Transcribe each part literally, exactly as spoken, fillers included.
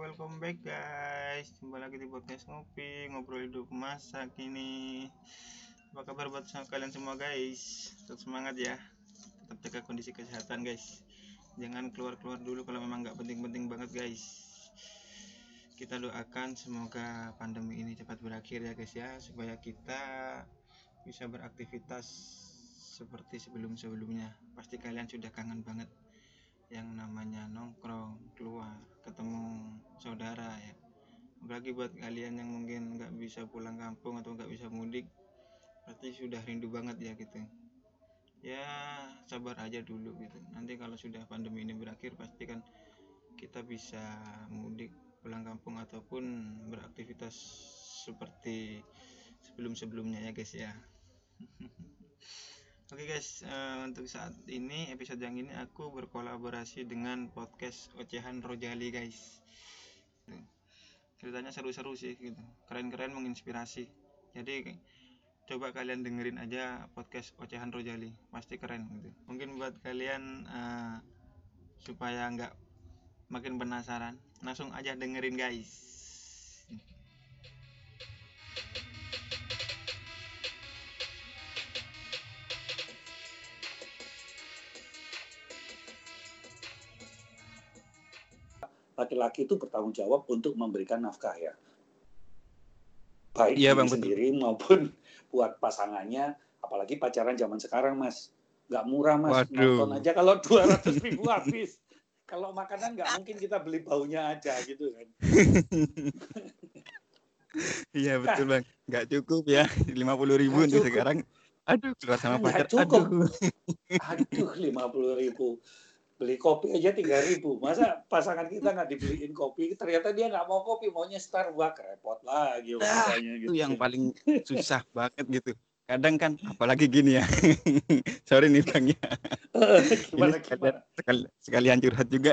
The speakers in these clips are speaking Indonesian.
welcome back guys. Jumpa lagi di podcast ngopi, ngobrol hidup masa kini. Apa kabar buat kalian semua guys? Tetap semangat ya. Tetap jaga kondisi kesehatan guys. Jangan keluar-keluar dulu kalau memang nggak penting-penting banget guys. Kita doakan semoga pandemi ini cepat berakhir ya guys ya, supaya kita bisa beraktivitas seperti sebelum-sebelumnya. Pasti kalian sudah kangen banget yang namanya nongkrong, keluar, ketemu saudara ya. Apalagi buat kalian yang mungkin nggak bisa pulang kampung atau nggak bisa mudik, pasti sudah rindu banget ya gitu. Ya sabar aja dulu gitu. Nanti kalau sudah pandemi ini berakhir, pasti kan kita bisa mudik, pulang kampung ataupun beraktivitas seperti sebelum-sebelumnya ya guys ya. Oke okay guys, uh, untuk saat ini episode yang ini aku berkolaborasi dengan podcast Ocehan Rojali guys. Ceritanya seru-seru sih gitu, keren-keren, menginspirasi. Jadi coba kalian dengerin aja podcast Ocehan Rojali, pasti keren gitu. Mungkin buat kalian uh, supaya nggak makin penasaran, langsung aja dengerin guys. Laki-laki itu bertanggung jawab untuk memberikan nafkah ya, baik iya, diri sendiri betul. Maupun buat pasangannya. Apalagi pacaran zaman sekarang mas, nggak murah mas. Waduh. Nonton aja kalau dua ratus ribu habis. Kalau makanan nggak mungkin kita beli baunya aja gitu kan. Iya betul bang, nggak cukup ya lima puluh ribu untuk sekarang. Aduh keluar sama pacar. Aduh. Aduh lima puluh ribu. Beli kopi aja tiga ribu. Masa pasangan kita nggak dibeliin kopi, ternyata dia nggak mau kopi, maunya Starbucks. Repot lagi nah, gitu. Itu yang paling susah banget gitu. Kadang kan apalagi gini ya. Sorry nih Bang ya. Gimana, Ini sekalian, sekali, sekalian curhat juga.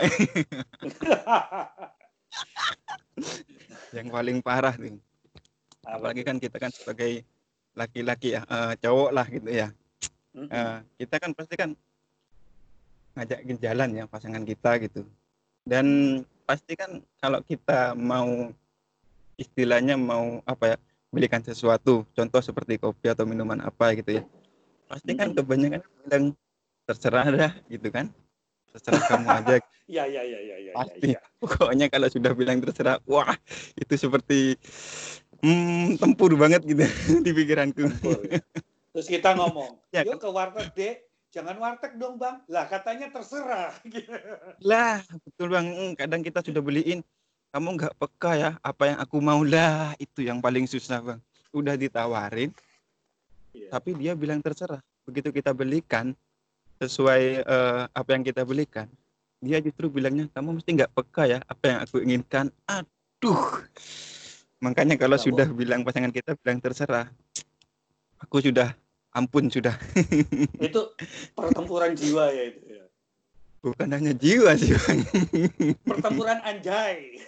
Yang paling parah nih. Apalagi kan kita kan sebagai laki-laki ya, uh, cowok lah gitu ya. Uh, kita kan pasti kan ngajakin jalan ya pasangan kita gitu. Dan pasti kan kalau kita mau istilahnya mau apa ya, belikan sesuatu, contoh seperti kopi atau minuman apa gitu ya, pasti kan kebanyakan bilang terserah dah gitu kan, terserah kamu aja. Ya ya ya ya ya. Pasti. Ya, ya. Pokoknya kalau sudah bilang terserah, wah itu seperti hmm, tempur banget gitu di pikiranku. Tempur, ya. Terus kita ngomong, ya, yuk ke warteg dek. Jangan warteg dong bang, lah katanya terserah. Lah betul bang, kadang kita sudah beliin, kamu nggak peka ya apa yang aku mau, lah itu yang paling susah bang. Udah ditawarin, yeah. Tapi dia bilang terserah. Begitu kita belikan sesuai uh, apa yang kita belikan, dia justru bilangnya kamu mesti nggak peka ya apa yang aku inginkan. Aduh, makanya kalau nah, sudah bu- bilang pasangan kita bilang terserah, aku sudah ampun sudah. Itu pertempuran jiwa ya itu ya. Bukan hanya jiwa sih bang. Pertempuran anjay.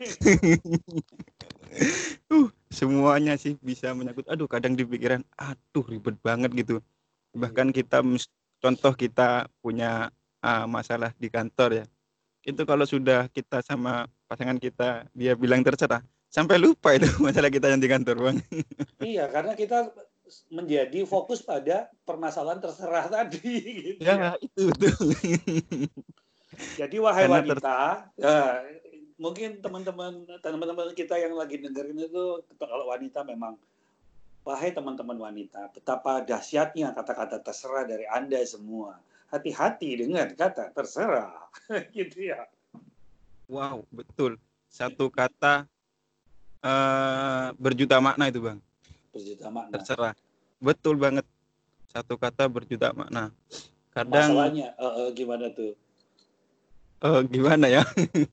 uh, semuanya sih bisa menyangkut. Aduh kadang di pikiran, aduh ribet banget gitu. Bahkan kita contoh kita punya uh, masalah di kantor ya. Itu kalau sudah kita sama pasangan kita dia bilang terserah, sampai lupa itu masalah kita yang di kantor bang. Iya karena kita menjadi fokus pada permasalahan terserah tadi gitu. Ya, itu betul. Jadi wahai karena wanita, ter... ya, mungkin teman-teman teman-teman kita yang lagi dengerin itu, kalau wanita memang, wahai teman-teman wanita, betapa dahsyatnya kata-kata terserah dari Anda semua. Hati-hati dengan kata terserah, gitu ya. Wow, betul. Satu kata uh, berjuta makna itu bang. Berjuta makna. Terserah. Betul banget. Satu kata berjuta makna. Kadang masalahnya uh, uh, gimana tuh? Uh, gimana ya?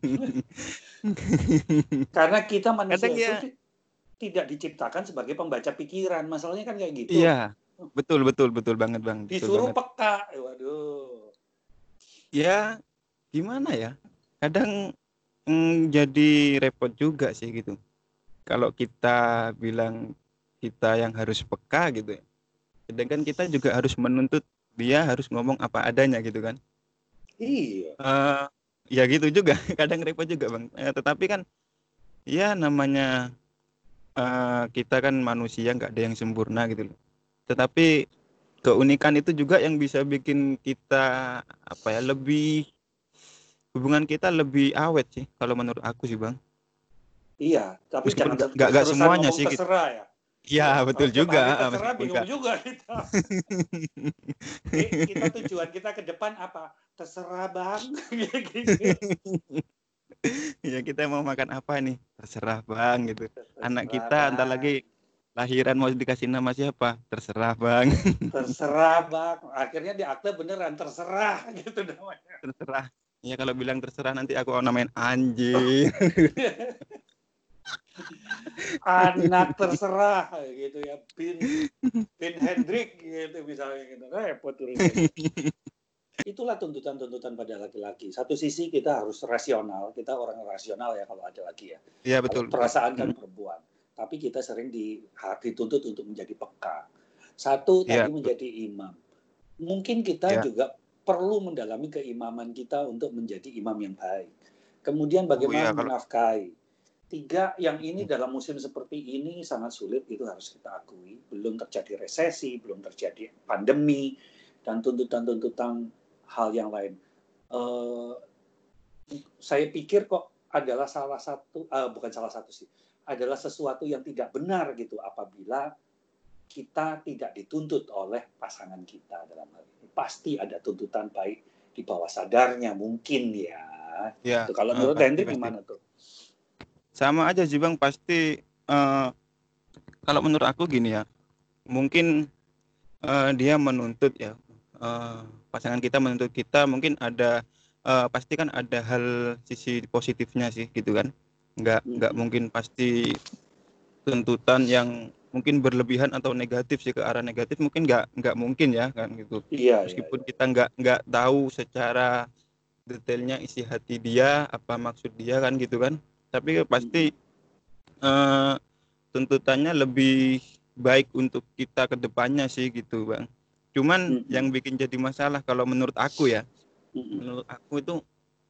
Karena kita manusia Kadang itu ya... tidak diciptakan sebagai pembaca pikiran. Masalahnya kan kayak gitu. Iya. Betul betul betul banget bang. Betul Disuruh banget. peka. Waduh. Ya gimana ya? Kadang mm, jadi repot juga sih gitu. Kalau kita bilang kita yang harus peka gitu ya. Sedangkan kita juga harus menuntut dia harus ngomong apa adanya gitu kan. Iya. Uh, ya gitu juga. Kadang repot juga bang. Eh, tetapi kan ya namanya uh, kita kan manusia, nggak ada yang sempurna gitu loh. Tetapi keunikan itu juga yang bisa bikin kita apa ya lebih hubungan kita lebih awet sih kalau menurut aku sih Bang. Iya, tapi Meskipun jangan nggak nggak nggak terus-terusan semuanya ngomong sih gitu. terserah ya. Iya Kalau betul tiap hari juga, ah, terserah meskipun bingung nggak juga kita. Kita tujuan kita ke depan apa? Terserah Bang. Gitu. ya kita mau makan apa nih terserah Bang gitu. Anak Terserah kita entar Bang. lagi lahiran mau dikasih nama siapa terserah Bang. Terserah Bang. Akhirnya di akte beneran terserah gitu namanya. terserah ya kalau bilang terserah nanti aku namain anjing. Anak terserah gitu ya. Bin Bin Hendrik gitu misalnya gitu. Repot urusannya. Itulah tuntutan-tuntutan pada laki-laki. Satu sisi kita harus rasional, kita orang rasional ya kalau ada laki ya. Iya Kalau betul betul. perasaan kan perempuan, tapi kita sering di, dituntut untuk menjadi peka. Satu Iya tadi betul. menjadi imam. Mungkin kita Ya. juga perlu mendalami keimaman kita untuk menjadi imam yang baik. Kemudian Oh bagaimana iya kalau menafkahi. Tiga, yang ini dalam musim seperti ini sangat sulit, itu harus kita akui. Belum terjadi resesi, belum terjadi pandemi, dan tuntutan-tuntutan hal yang lain. Uh, saya pikir kok adalah salah satu, uh, bukan salah satu sih, adalah sesuatu yang tidak benar gitu apabila kita tidak dituntut oleh pasangan kita dalam hal ini. Pasti ada tuntutan baik di bawah sadarnya mungkin ya. ya Itu kalau uh, menurut pasti Hendrik pasti. gimana tuh? Sama aja sih Bang pasti. Uh, kalau menurut aku gini ya, mungkin uh, dia menuntut ya. Uh, pasangan kita menuntut kita mungkin ada uh, pasti kan ada hal sisi positifnya sih gitu kan nggak nggak Mm-hmm. mungkin pasti tuntutan yang mungkin berlebihan atau negatif sih ke arah negatif mungkin nggak nggak mungkin ya kan gitu Iya, iya, meskipun iya. kita nggak nggak tahu secara detailnya isi hati dia apa maksud dia kan gitu kan tapi pasti Mm-hmm. uh, tuntutannya lebih baik untuk kita ke depannya sih gitu Bang. Cuman Mm-hmm. yang bikin jadi masalah kalau menurut aku ya, Mm-hmm. menurut aku itu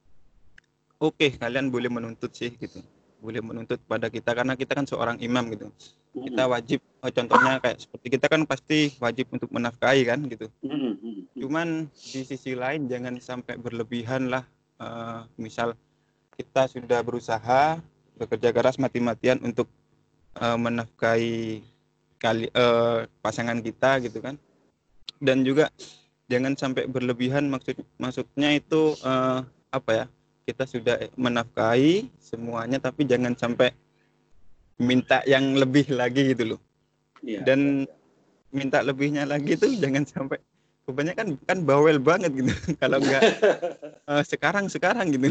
oke okay, kalian boleh menuntut sih gitu. Boleh menuntut pada kita karena kita kan seorang imam gitu. Mm-hmm. Kita wajib contohnya kayak seperti kita kan pasti wajib untuk menafkahi kan gitu. Mm-hmm. Cuman di sisi lain jangan sampai berlebihan lah. Uh, misal kita sudah berusaha bekerja keras mati-matian untuk uh, menafkahi kali uh, pasangan kita gitu kan dan juga jangan sampai berlebihan maksud maksudnya itu uh, apa ya kita sudah menafkahi semuanya tapi jangan sampai minta yang lebih lagi gitu loh Yeah, dan yeah, yeah. minta lebihnya lagi tuh jangan sampai kebanyakan kan bawel banget gitu kalau enggak uh, sekarang sekarang gitu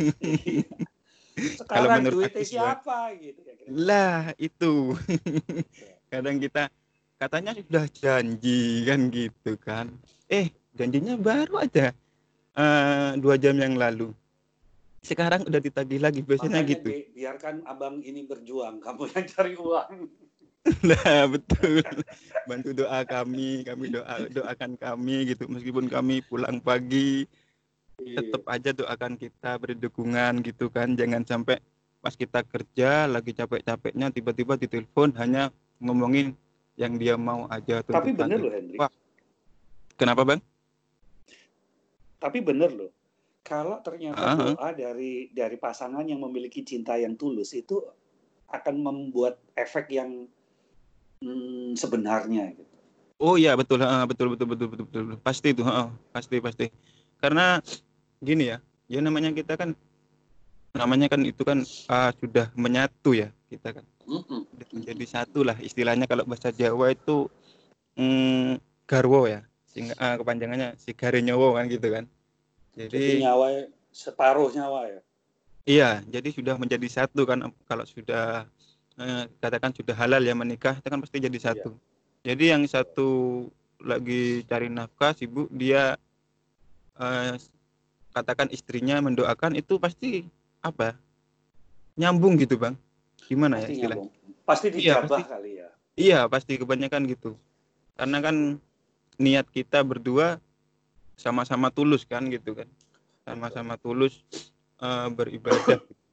kalau Sekarang menurut duitnya aku sih Bang. siapa gitu ya kira-kira. Lah itu kadang kita katanya sudah janji kan gitu kan eh janjinya baru aja uh, dua jam yang lalu sekarang udah ditagih lagi biasanya Makanya gitu bi- biarkan abang ini berjuang, kamu yang cari uang. nah betul bantu doa kami kami doa doakan kami gitu meskipun kami pulang pagi tetap aja doakan kita beri dukungan gitu kan jangan sampai pas kita kerja lagi capek-capeknya tiba-tiba ditelepon hanya ngomongin yang dia mau aja Tapi bener tuntutannya. loh Hendrik. Wah, kenapa Bang? Tapi bener loh. Kalau ternyata Uh-huh. doa dari dari pasangan yang memiliki cinta yang tulus itu akan membuat efek yang hmm, sebenarnya gitu. Oh iya betul, uh, betul, betul betul betul betul betul pasti itu, uh, pasti pasti. Karena gini ya, ya namanya kita kan namanya kan itu kan uh, sudah menyatu ya kita kan. Mm-mm. Sudah menjadi satu lah istilahnya kalau bahasa Jawa itu mm, garwo ya. Sehingga uh, kepanjangannya si gare nyowo kan gitu kan. Jadi Jadi nyawa separuh nyawa ya. iya, jadi sudah menjadi satu kan kalau sudah eh, katakan sudah halal ya menikah itu kan pasti jadi Iya. satu. Jadi yang satu lagi cari nafkah sibuk dia eh, katakan istrinya mendoakan itu pasti apa? Nyambung gitu, Bang. Gimana ya Pasti istilahnya? nyambung. Pasti Iya, dijabah pasti. kali ya. Iya, pasti kebanyakan gitu. Karena kan niat kita berdua sama-sama tulus kan gitu kan. Sama-sama tulus eh, beribadah gitu.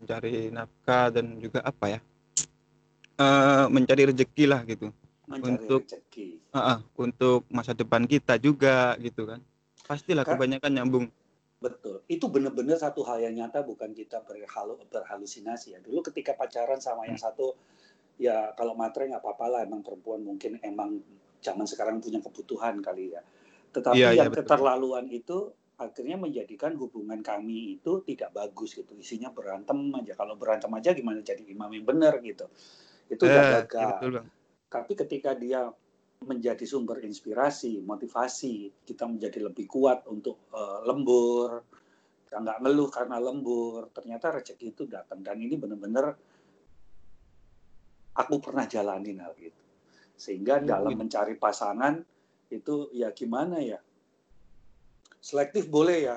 mencari nafkah dan juga apa ya, eh, mencari rezeki lah gitu Mencari untuk rezeki. ah, ah, untuk masa depan kita juga gitu kan, pastilah Kak, kebanyakan nyambung. betul. Itu benar-benar satu hal yang nyata, bukan kita berhalu, berhalusinasi ya. Dulu ketika pacaran sama yang Hmm. satu, ya kalau matre nggak apa-apa lah, emang perempuan mungkin emang zaman sekarang punya kebutuhan kali ya. Iya, Tetapi iya, yang betul. keterlaluan itu akhirnya menjadikan hubungan kami itu tidak bagus gitu. Isinya berantem aja. Kalau berantem aja gimana jadi imam yang benar gitu. Itu udah Eh, iya betul gagal. bang. Tapi ketika dia menjadi sumber inspirasi, motivasi, kita menjadi lebih kuat untuk uh, lembur, nggak ngeluh karena lembur, ternyata rezeki itu datang. Dan ini benar-benar aku pernah jalanin hal itu. Sehingga Oh, dalam iya. mencari pasangan itu ya gimana ya, selektif boleh ya.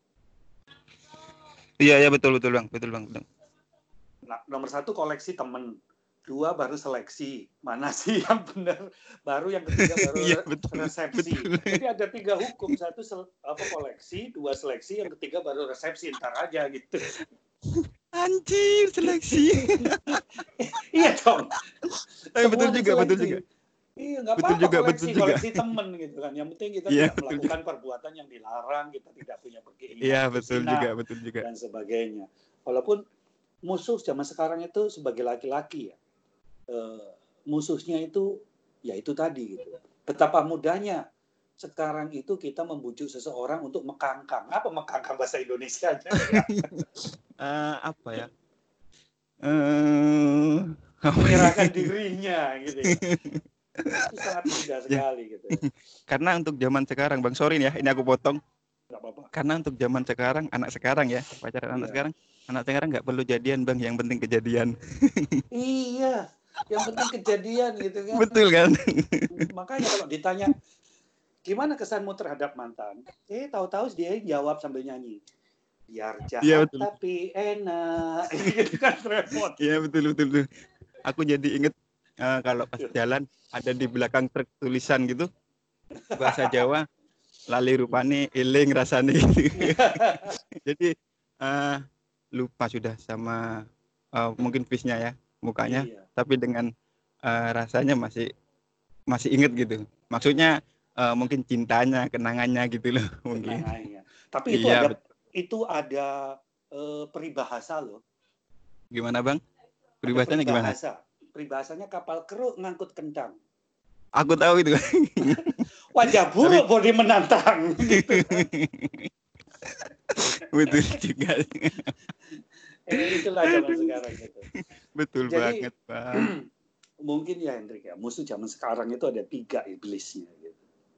Iya, iya, betul betul bang, betul bang, betul. Nah, nomor satu koleksi temen, dua baru seleksi mana sih yang benar, baru yang ketiga baru Iya, betul resepsi. betul. Jadi ada tiga hukum, satu sel, apa koleksi, dua seleksi, yang ketiga baru resepsi, ntar aja gitu. Anjir, seleksi. Iya dong, Tapi betul semuanya juga, betul seleksi. juga. Iya, nggak Betul apa-apa juga, betul koleksi, juga. koleksi temen gitu kan. Yang penting kita Iya, tidak betul melakukan juga. perbuatan yang dilarang, kita tidak punya Iya, keinginan untuk betul juga, zina betul juga. dan sebagainya. Walaupun musuh zaman sekarang itu sebagai laki-laki ya, eh, musuhnya itu ya itu tadi gitu. Betapa mudahnya sekarang itu kita membujuk seseorang untuk mekangkang. Apa mekangkang bahasa Indonesianya ya? Eh, apa ya? Eh, apa Menyerahkan ya? dirinya gitu ya. Itu sangat mudah Ya, sekali gitu ya. karena untuk zaman sekarang, Bang, sorry nih ya, ini aku potong. Nggak apa-apa. Karena untuk zaman sekarang, anak sekarang ya, pacaran anak Iya. sekarang, anak sekarang nggak perlu jadian, Bang, yang penting kejadian. Iya, yang penting kejadian gitu kan. Betul kan? Makanya kalau ditanya gimana kesanmu terhadap mantan, eh tahu-tahu dia jawab sambil nyanyi, biar Iya, jahat betul. tapi enak, gitu kan repot. Iya, betul, betul, betul. Aku jadi inget eh, kalau pas jalan ada di belakang truk tulisan gitu, bahasa Jawa, lali rupane eling rasane gitu. Jadi eh, lupa sudah sama eh, mungkin face-nya ya, mukanya, Iya, tapi dengan eh, rasanya masih masih inget gitu. Maksudnya eh, mungkin cintanya, kenangannya gitu loh mungkin. kenangannya. Tapi itu Iya, ada betul. itu ada eh, peribahasa loh, Gimana Bang? ada Peribahasanya gimana? peribahasa. Peribahasanya kapal keruk ngangkut kentang. Aku tahu itu. Wajah Tapi buruk bodi menantang, gitu kan. betul juga. Eh, itulah zaman sekarang gitu. Betul Jadi banget, Bang. mungkin ya Hendrik ya, musuh zaman sekarang itu ada tiga iblisnya gitu.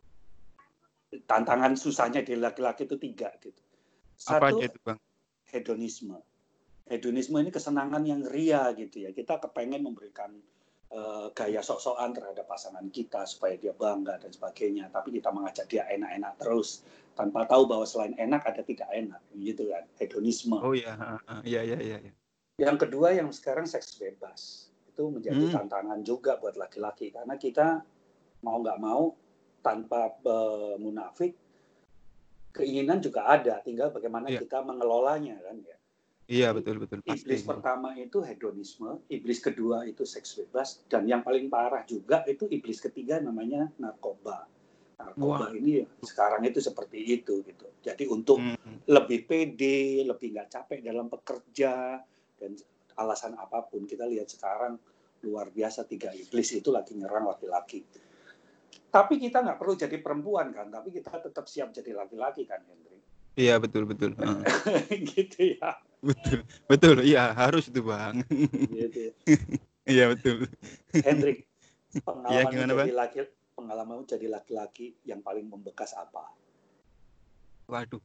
Tantangan susahnya di laki-laki itu tiga gitu. Apa Satu, aja itu, Bang? hedonisme. Hedonisme ini kesenangan yang ria gitu ya. Kita kepengen memberikan uh, gaya sok-sokan terhadap pasangan kita supaya dia bangga dan sebagainya. Tapi kita mengajak dia enak-enak terus tanpa tahu bahwa selain enak ada tidak enak gitu kan. Hedonisme. Oh iya, iya, iya, iya. Ya. Yang kedua yang sekarang seks bebas. Itu menjadi Hmm. tantangan juga buat laki-laki karena kita mau nggak mau tanpa uh, munafik keinginan juga ada, tinggal bagaimana Iya. kita mengelolanya kan ya. Iya, Jadi, betul, betul. iblis Pasti. pertama itu hedonisme, iblis kedua itu seks bebas, dan yang paling parah juga itu iblis ketiga namanya narkoba. Narkoba Wah. ini sekarang itu seperti itu gitu. Jadi untuk hmm. lebih pede, lebih nggak capek dalam bekerja dan alasan apapun, kita lihat sekarang luar biasa tiga iblis itu lagi nyerang laki-laki. Tapi kita nggak perlu jadi perempuan kan, tapi kita tetap siap jadi laki-laki kan, Hendrik. Iya, betul, betul. Uh. Gitu ya. Betul, betul. Iya, harus itu, Bang. Gitu. Iya, betul. Hendrik, pengalaman ya, gimana, jadi Bang? laki, pengalaman jadi laki-laki yang paling membekas apa? Waduh.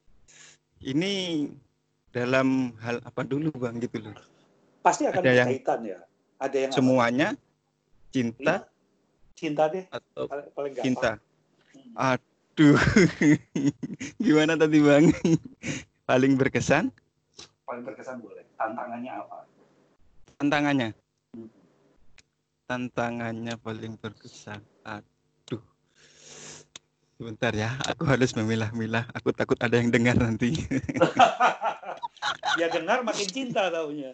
Ini dalam hal apa dulu, Bang, gitu loh. Pasti akan ada berkaitan yang, ya. Ada yang semuanya apa? cinta. Ya, cinta deh. Atau paling, paling gampang. cinta. Aduh. Gimana tadi, Bang? Paling berkesan? Paling berkesan boleh. Tantangannya apa? Tantangannya? Hmm. Tantangannya paling berkesan. Aduh. Sebentar ya, aku harus memilah-milah. Aku takut ada yang dengar nanti. Dia dengar makin cinta taunya.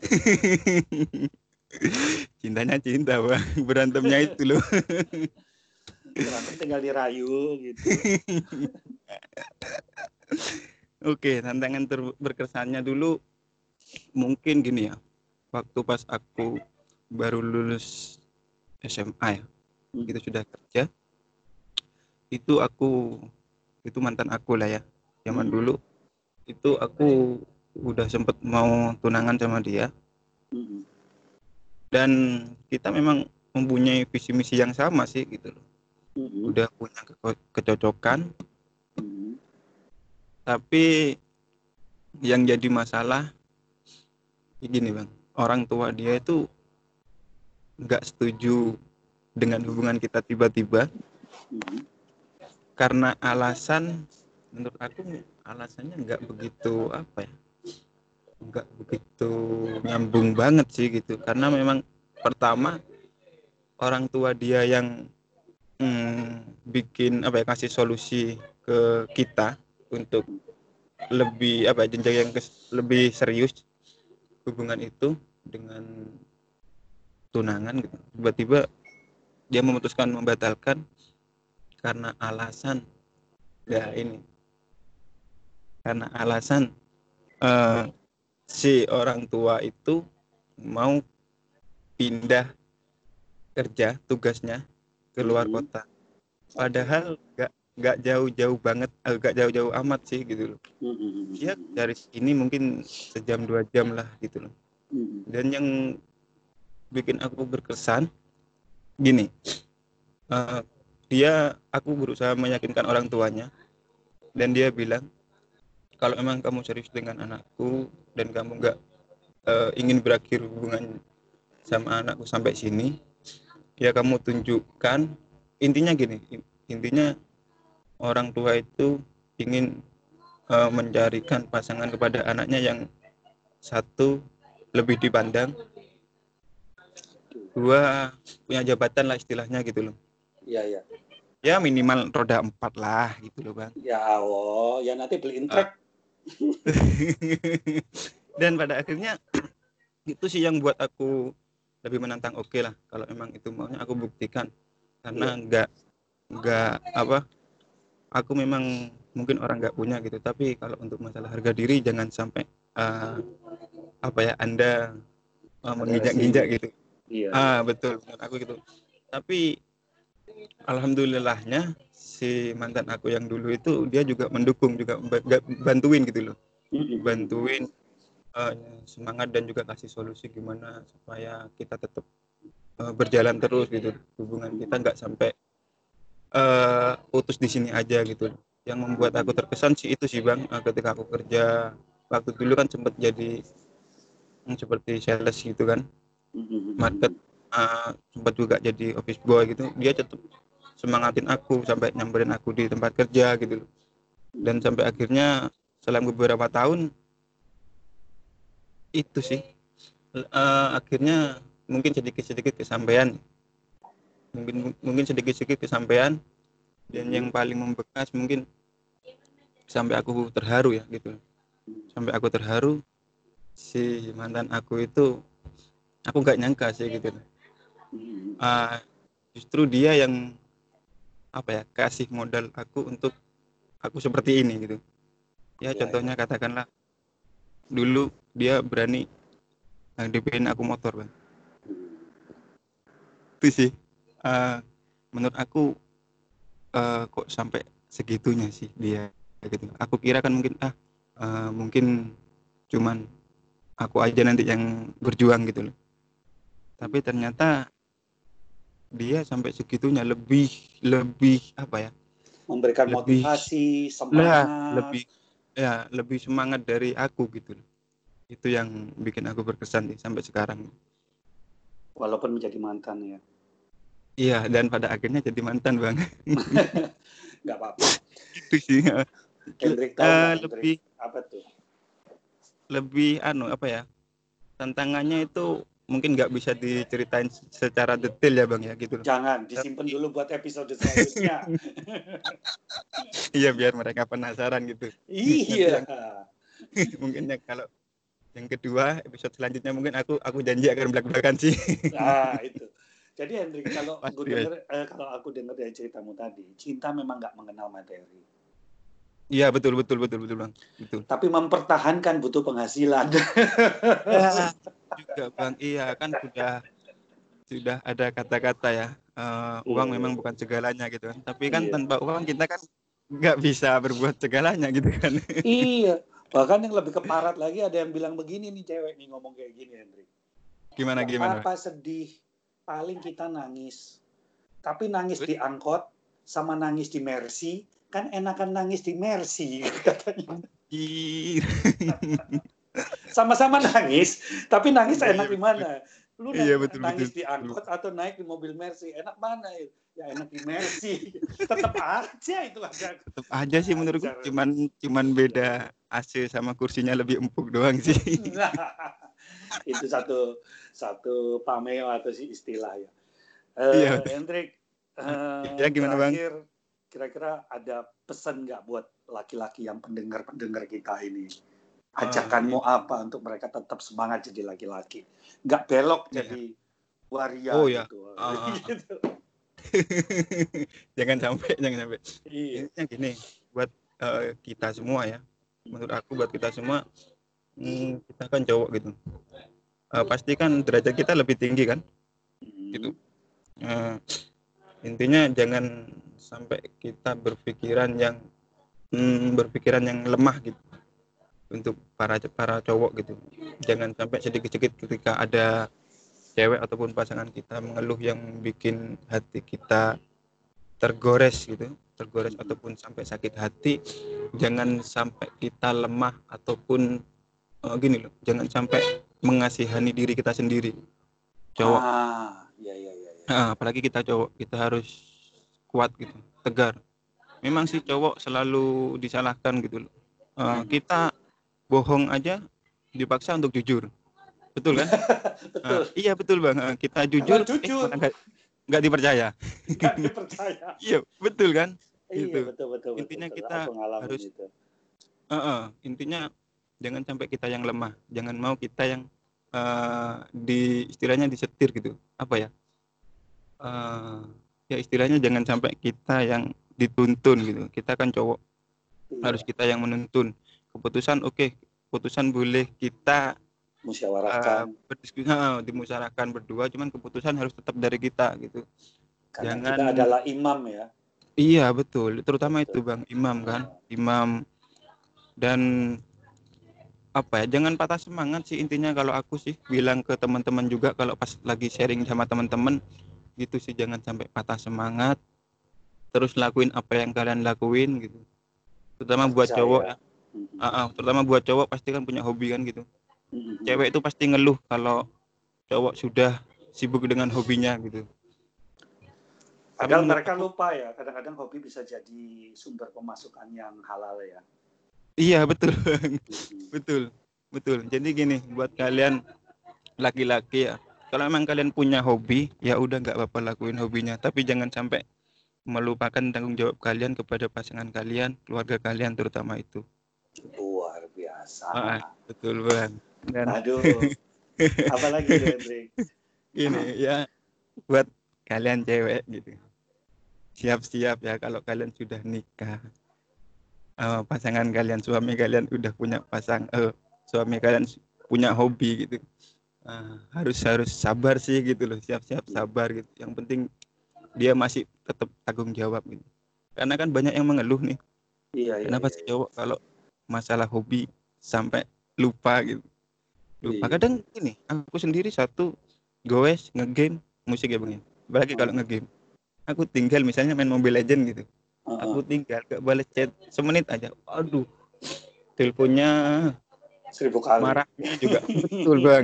Cintanya cinta bang, berantemnya itu loh. Berantem tinggal dirayu gitu. Oke, tantangan ter- berkesannya dulu mungkin gini ya. Waktu pas aku baru lulus S M A ya, Hmm. itu sudah kerja. Itu aku, itu mantan aku lah ya. Zaman Hmm. dulu itu aku udah sempet mau tunangan sama dia. Hmm. Dan kita memang mempunyai visi misi yang sama sih gitu loh. Hmm. Udah punya ke- kecocokan. Hmm. Tapi yang jadi masalah gini bang, orang tua dia itu nggak setuju dengan hubungan kita tiba-tiba Hmm. karena alasan, menurut aku alasannya nggak begitu apa ya, nggak begitu nyambung banget sih gitu. Karena memang pertama orang tua dia yang hmm, bikin apa ya, kasih solusi ke kita untuk lebih apa ya, jenjang yang kes- lebih serius hubungan itu dengan tunangan gitu. Tiba-tiba dia memutuskan membatalkan karena alasan ya ini, karena alasan uh, si orang tua itu mau pindah kerja tugasnya ke luar Hmm. kota. Padahal nggak nggak jauh-jauh banget, agak jauh-jauh amat sih gitu loh. Hmm. Dia dari sini mungkin sejam dua jam lah gitu loh. Hmm. Dan yang bikin aku berkesan gini, uh, dia aku berusaha meyakinkan orang tuanya dan dia bilang kalau emang kamu serius dengan anakku dan kamu nggak uh, ingin berakhir hubungan sama anakku sampai sini, ya kamu tunjukkan. Intinya gini, intinya orang tua itu ingin uh, mencarikan pasangan kepada anaknya yang satu lebih dipandang, dua punya jabatan lah istilahnya gitu loh. Iya, iya. Ya minimal roda empat lah gitu loh bang. Ya Allah, ya nanti beliin truk. Dan pada akhirnya itu sih yang buat aku lebih menantang. Oke lah kalau emang itu maunya aku buktikan, karena Iya. nggak nggak apa, aku memang mungkin orang nggak punya gitu, tapi kalau untuk masalah harga diri jangan sampai uh, apa ya anda uh, menginjak-injak gitu. Iya, Ah iya. betul, menurut aku gitu. Tapi alhamdulillahnya si mantan aku yang dulu itu dia juga mendukung, juga bantuin gitu loh, bantuin uh, semangat dan juga kasih solusi gimana supaya kita tetap uh, berjalan terus gitu, hubungan kita nggak sampai uh, putus di sini aja gitu. Yang membuat aku terkesan sih itu sih bang, uh, ketika aku kerja waktu dulu kan sempat jadi hmm, seperti sales gitu kan, market, uh, sempat juga jadi office boy gitu. Dia tetap semangatin aku sampai nyamperin aku di tempat kerja gitu. Dan sampai akhirnya selang beberapa tahun itu sih uh, akhirnya mungkin sedikit-sedikit kesampaian, mungkin mungkin sedikit-sedikit kesampaian. Dan yang paling membekas mungkin sampai aku terharu ya gitu, sampai aku terharu si mantan aku itu, aku nggak nyangka sih gitu. Uh, justru dia yang apa ya, kasih modal aku untuk aku seperti ini gitu ya. Contohnya katakanlah dulu dia berani D P-in aku motor bang. Itu sih uh, menurut aku uh, kok sampai segitunya sih dia gitu. Aku kira kan mungkin ah uh, mungkin cuman aku aja nanti yang berjuang gitu loh, tapi ternyata dia sampai segitunya, lebih lebih apa ya, memberikan lebih motivasi, lah, semangat, lebih ya lebih semangat dari aku gitu loh. Itu yang bikin aku berkesan nih sampai sekarang. Walaupun menjadi mantan ya. Iya, dan pada akhirnya jadi mantan bang. Nggak apa-apa. Itu sih. Hendrik tahu uh, nggak? lebih apa tuh? Lebih anu apa ya? Tantangannya itu mungkin nggak bisa diceritain secara detail ya bang ya gitu. Jangan, disimpan Tapi... dulu buat episode selanjutnya. Iya biar mereka penasaran gitu. Iya. Yang, mungkin ya kalau Yang kedua, episode selanjutnya mungkin aku aku janji akan belak-belakan sih. Nah, itu. Jadi Hendrik, kalau gue Pasti, denger, eh, kalau aku dengar dari ceritamu tadi, cinta memang nggak mengenal materi. Iya, betul betul betul betul Bang. Betul. Tapi mempertahankan butuh penghasilan. Ya, juga Bang. Iya, kan sudah sudah ada kata-kata ya. eh, uang memang bukan segalanya gitu kan. Tapi kan Iya. tanpa uang kita kan nggak bisa berbuat segalanya gitu kan. Iya. Bahkan yang lebih keparat lagi ada yang bilang begini nih cewek nih ngomong kayak gini Hendrik. Gimana Gak gimana? apa-apa sedih, paling kita nangis. Tapi nangis Terus? di angkot sama nangis di Mercy, kan enakan nangis di Mercy katanya. Ih. Sama-sama nangis, tapi nangis Iya, enak iya, di mana? Lu iya, na- betul betul. nangis di angkot atau naik di mobil Mercy, enak mana? Ya enak di Mercy. Tetap aja itu ada. Tetap aja sih menurutku Ajar. cuman cuman beda A C sama kursinya lebih empuk doang sih. Nah, itu satu satu pameo atau si istilah ya. Iya, Eh, betul. Hendrik, eh, Ya gimana Bang? terakhir kira-kira ada pesan nggak buat laki-laki yang pendengar-pendengar kita ini? Ah, Ajakanmu ini. apa untuk mereka tetap semangat jadi laki-laki? Nggak belok Iya. jadi waria Oh ya. gitu. Ah, ah, ah. Gitu. Jangan sampai, jangan sampai. Iya. Intinya gini, buat eh, kita semua ya. Menurut aku buat kita semua, hmm, kita kan cowok gitu. Eh, pasti kan derajat kita lebih tinggi kan, gitu. Eh, intinya jangan sampai kita berpikiran yang hmm, berpikiran yang lemah gitu untuk para para cowok gitu. Jangan sampai sedikit-sedikit ketika ada cewek ataupun pasangan kita mengeluh yang bikin hati kita tergores gitu, tergores ataupun sampai sakit hati, jangan sampai kita lemah ataupun uh, gini loh, jangan sampai mengasihani diri kita sendiri. Cowok, Ah, ya ya ya. ya. nah, apalagi kita cowok, kita harus kuat gitu, tegar. Memang sih cowok selalu disalahkan gitu loh. Uh, kita bohong aja dipaksa untuk jujur, betul kan? Betul. Uh, iya betul bang, uh, kita Karena jujur, jujur. eh malah nggak dipercaya. Nggak dipercaya. Iya betul kan? Iya Gitu. betul betul betul. Intinya betul. kita Aku ngalamin harus, itu. uh, uh, intinya jangan sampai kita yang lemah, jangan mau kita yang uh, di istilahnya disetir gitu, apa ya? Uh, ya istilahnya jangan sampai kita yang dituntun gitu. Kita kan cowok, Iya. harus kita yang menuntun. Keputusan oke, okay. Keputusan boleh kita musyawarahkan, uh, berdiskusi, uh, dimusyawarahkan berdua, cuman keputusan harus tetap dari kita gitu. Karena Jangan, kita adalah imam ya. Iya betul, terutama betul. itu bang, imam kan, imam. Dan apa ya, jangan patah semangat sih intinya. Kalau aku sih bilang ke teman-teman juga kalau pas lagi sharing sama teman-teman gitu sih, jangan sampai patah semangat, terus lakuin apa yang kalian lakuin gitu, terutama buat cowok ya. Mm-hmm. uh-uh, terutama buat cowok pasti kan punya hobi kan gitu. Mm-hmm. Cewek itu pasti ngeluh kalau cowok sudah sibuk dengan hobinya gitu. Padahal mereka aku, lupa ya, kadang-kadang hobi bisa jadi sumber pemasukan yang halal ya. Iya betul bang. betul betul jadi gini, buat kalian laki-laki ya, kalau emang kalian punya hobi ya udah nggak apa-apa lakuin hobinya, tapi jangan sampai melupakan tanggung jawab kalian kepada pasangan kalian, keluarga kalian terutama itu. Luar biasa. Ah, betul bang. Dan aduh apalagi tuh Hendrik? Gini ya, buat kalian cewek gitu, siap-siap ya kalau kalian sudah nikah, Uh, pasangan kalian, suami kalian udah punya pasang, uh, suami kalian punya hobi gitu, uh, harus harus sabar sih gitu loh, siap-siap sabar gitu. Yang penting dia masih tetap tanggung jawab gitu. Karena kan banyak yang mengeluh nih. Iya, Kenapa iya, sih iya. cowok kalau masalah hobi sampai lupa gitu. Lupa. Iya. Kadang ini aku sendiri satu goes ngegame musik ya bang ya. Apalagi kalau ngegame, aku tinggal misalnya main Mobile Legend gitu. Uh-uh. Aku tinggal gak balas chat semenit aja, aduh teleponnya seribu kali, marahnya juga betul bang.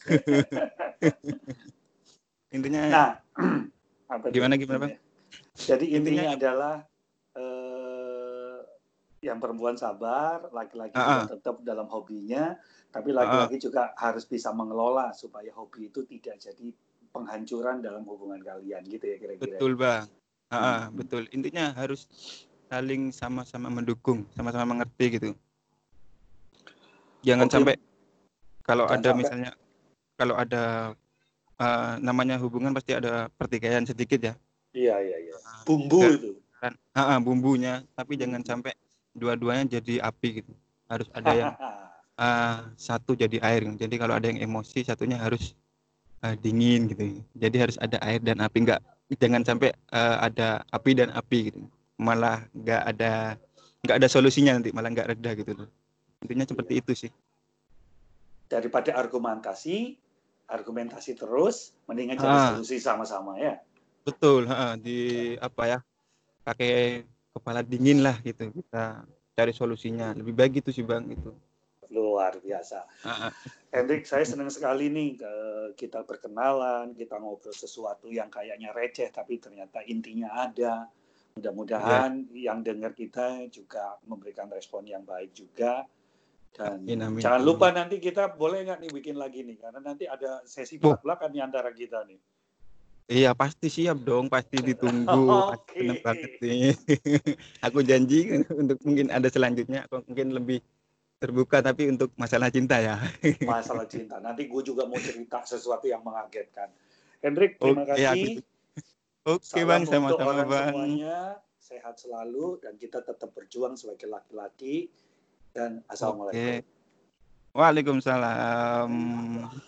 Intinya nah apa gimana gimana bang? Jadi intinya, intinya adalah eh, yang perempuan sabar, laki-laki uh-uh. juga tetap dalam hobinya, tapi laki-laki uh-uh. juga harus bisa mengelola supaya hobi itu tidak jadi penghancuran dalam hubungan kalian gitu ya kira-kira. Betul bang. Ah, hmm. Betul. Intinya harus saling sama-sama mendukung, sama-sama mengerti gitu. Jangan hobi, sampai Kalau Jangan ada sampai. misalnya kalau ada uh, namanya hubungan pasti ada pertikaian sedikit ya. Iya, iya, iya. Bumbu Nggak itu. kan uh, bumbunya, tapi Hmm. jangan sampai dua-duanya jadi api gitu. Harus ada yang uh, satu jadi air. Jadi kalau ada yang emosi, satunya harus uh, dingin gitu. Jadi harus ada air dan api, nggak jangan sampai uh, ada api dan api gitu. Malah nggak ada nggak ada solusinya, nanti malah nggak reda gitu loh. Intinya seperti Iya. itu sih. Daripada argumentasi, argumentasi terus, mendingan cari Ah, solusi sama-sama ya. betul, ha, di apa ya? Pakai kepala dingin lah gitu. Kita cari solusinya. Lebih baik gitu sih, Bang, itu. Luar biasa. Ah, ah. Hendrik, saya senang sekali nih kita berkenalan, kita ngobrol sesuatu yang kayaknya receh tapi ternyata intinya ada. Mudah-mudahan Iya. yang dengar kita juga memberikan respon yang baik juga. Dan Amin, amin, jangan amin. lupa nanti kita boleh nggak nih bikin lagi nih, karena nanti ada sesi Oh, belak-belakan nih antara kita nih. iya, pasti siap dong, pasti ditunggu. Aku Oke. seneng banget nih. Aku janji untuk mungkin ada selanjutnya, aku mungkin lebih terbuka tapi untuk masalah cinta ya. Masalah cinta. Nanti gue juga mau cerita sesuatu yang mengagetkan. Hendrik, terima Oke, aku kasih. Oke, Salam Bang, untuk sama-sama, orang Bang. semuanya. Sehat selalu dan kita tetap berjuang sebagai laki-laki. Dan assalamualaikum. Oke. Waalaikumsalam.